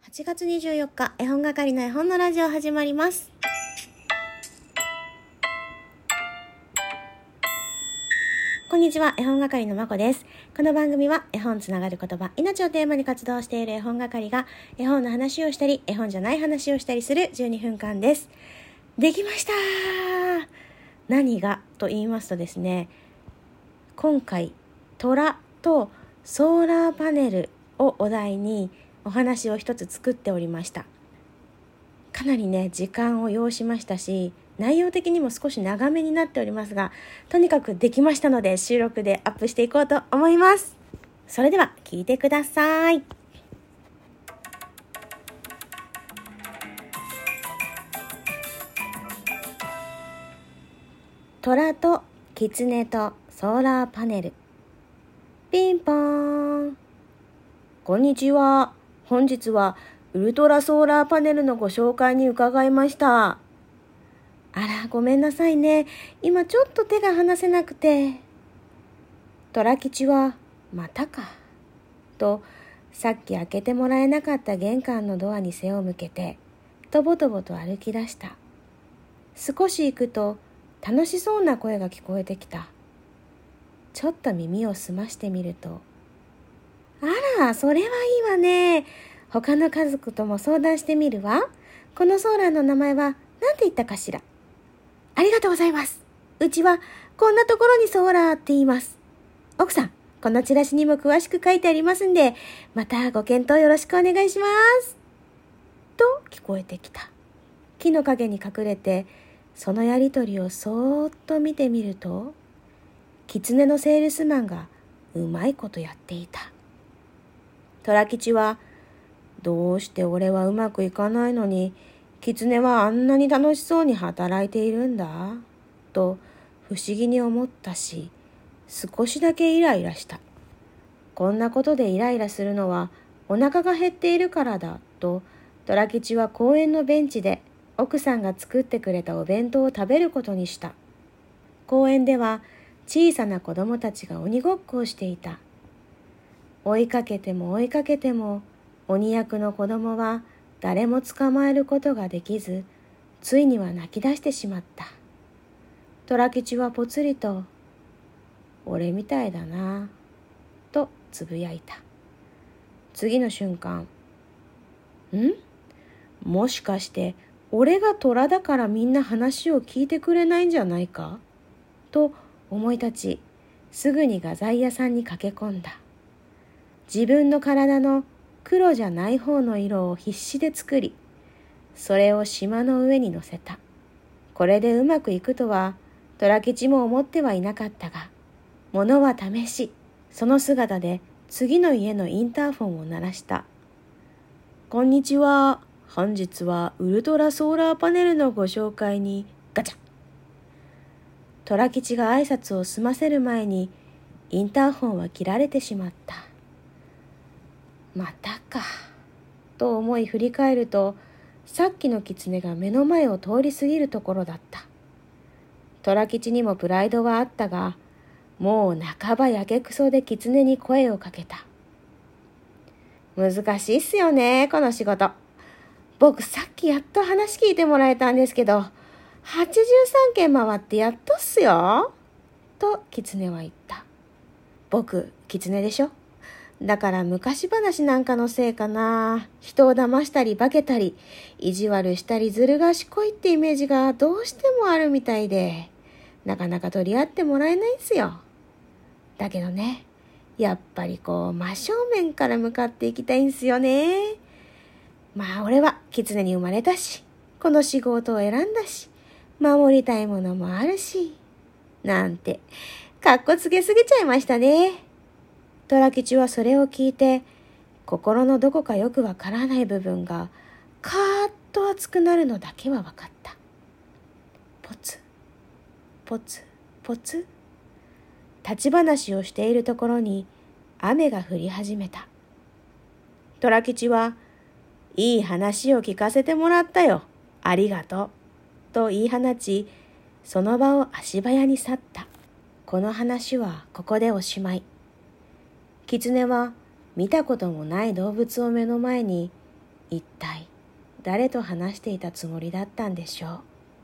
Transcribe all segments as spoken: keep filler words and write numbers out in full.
はちがつにじゅうよっか、絵本係の絵本のラジオ始まります。こんにちは、絵本係のまこです。この番組は絵本つながる言葉、命をテーマに活動している絵本係が絵本の話をしたり、絵本じゃない話をしたりするじゅうにふんかんです。できました。何がと言いますとですね、今回虎とソーラーパネルをお題にお話を一つ作っておりました。かなりね時間を要しましたし、内容的にも少し長めになっておりますが、とにかくできましたので収録でアップしていこうと思います。それでは聞いてください。虎と狐とソーラーパネル。ピンポーン。こんにちは。本日はウルトラソーラーパネルのご紹介に伺いました。あら、ごめんなさいね。今ちょっと手が離せなくて。虎吉は、またか。と、さっき開けてもらえなかった玄関のドアに背を向けて、とぼとぼと歩き出した。少し行くと、楽しそうな声が聞こえてきた。ちょっと耳を澄ましてみると、あら、それはいいわね。他の家族とも相談してみるわ。このソーラーの名前は何て言ったかしら。ありがとうございます。うちはこんなところにソーラーって言います。奥さん、このチラシにも詳しく書いてありますんで、またご検討よろしくお願いします。と聞こえてきた。木の陰に隠れて、そのやりとりをそーっと見てみると、狐のセールスマンがうまいことやっていた。虎吉は、どうして俺はうまくいかないのに、狐はあんなに楽しそうに働いているんだと不思議に思ったし、少しだけイライラした。こんなことでイライラするのはお腹が減っているからだと、虎吉は公園のベンチで奥さんが作ってくれたお弁当を食べることにした。公園では小さな子供たちが鬼ごっこをしていた。追いかけても追いかけても、鬼役の子供は誰も捕まえることができず、ついには泣き出してしまった。虎吉はぽつりと、俺みたいだな、とつぶやいた。次の瞬間、ん?もしかして俺が虎だからみんな話を聞いてくれないんじゃないかと思い立ち、すぐに画材屋さんに駆け込んだ。自分の体の黒じゃない方の色を必死で作り、それを島の上に乗せた。これでうまくいくとは虎吉も思ってはいなかったが、ものは試し、その姿で次の家のインターフォンを鳴らした。こんにちは。本日はウルトラソーラーパネルのご紹介に。ガチャ。虎吉が挨拶を済ませる前にインターフォンは切られてしまった。またか、と思い振り返ると、さっきの狐が目の前を通り過ぎるところだった。虎吉にもプライドはあったが、もう半ばやけくそで狐に声をかけた。難しいっすよね、この仕事。僕さっきやっと話聞いてもらえたんですけど、はちじゅうさんけん回ってやっとっすよ。と狐は言った。僕、狐でしょ。だから昔話なんかのせいかな。人を騙したり化けたり、意地悪したりずる賢いってイメージがどうしてもあるみたいで、なかなか取り合ってもらえないんすよ。だけどね、やっぱりこう真正面から向かっていきたいんすよね。まあ俺は狐に生まれたし、この仕事を選んだし、守りたいものもあるし、なんて、かっこつけすぎちゃいましたね。虎吉はそれを聞いて、心のどこかよくわからない部分がカーッと熱くなるのだけは分かった。ポツポツポツ、立ち話をしているところに雨が降り始めた。虎吉は、いい話を聞かせてもらったよ、ありがとう、と言い放ち、その場を足早に去った。この話はここでおしまい。狐は見たこともない動物を目の前に一体誰と話していたつもりだったんでしょう。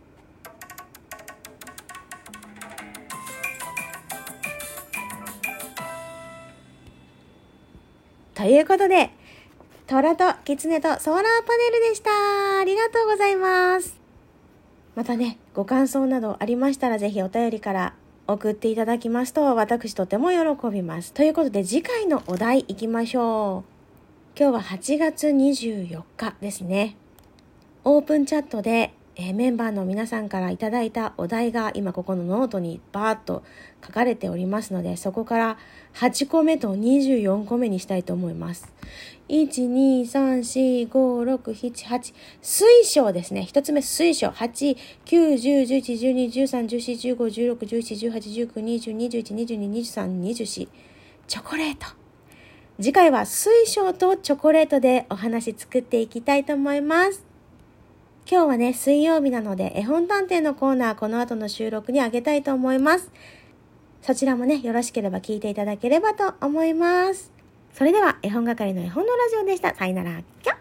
ということで、虎と狐とソーラーパネルでした。ありがとうございます。またね、ご感想などありましたらぜひお便りから送っていただきますと私とても喜びます。ということで次回のお題いきましょう。今日ははちがつにじゅうよっかですね。オープンチャットで、えー、メンバーの皆さんからいただいたお題が今ここのノートにバーッと書かれておりますので、そこからはちこめとにじゅうよんこめにしたいと思います。いち、に、さん、し、ご、ろく、しち、はち水晶ですね。一つ目水晶。はち、きゅう、じゅう、じゅういち、じゅうに、じゅうさん、じゅうよん、じゅうご、じゅうろく、じゅうなな、じゅうはち、じゅうきゅう、にじゅう、にじゅういち、にじゅうに、にじゅうさん、にじゅうよんチョコレート。次回は水晶とチョコレートでお話作っていきたいと思います。今日はね、水曜日なので絵本探偵のコーナーこの後の収録にあげたいと思います。そちらもね、よろしければ聞いていただければと思います。それでは絵本係の絵本のラジオでした。さよなら。キャッ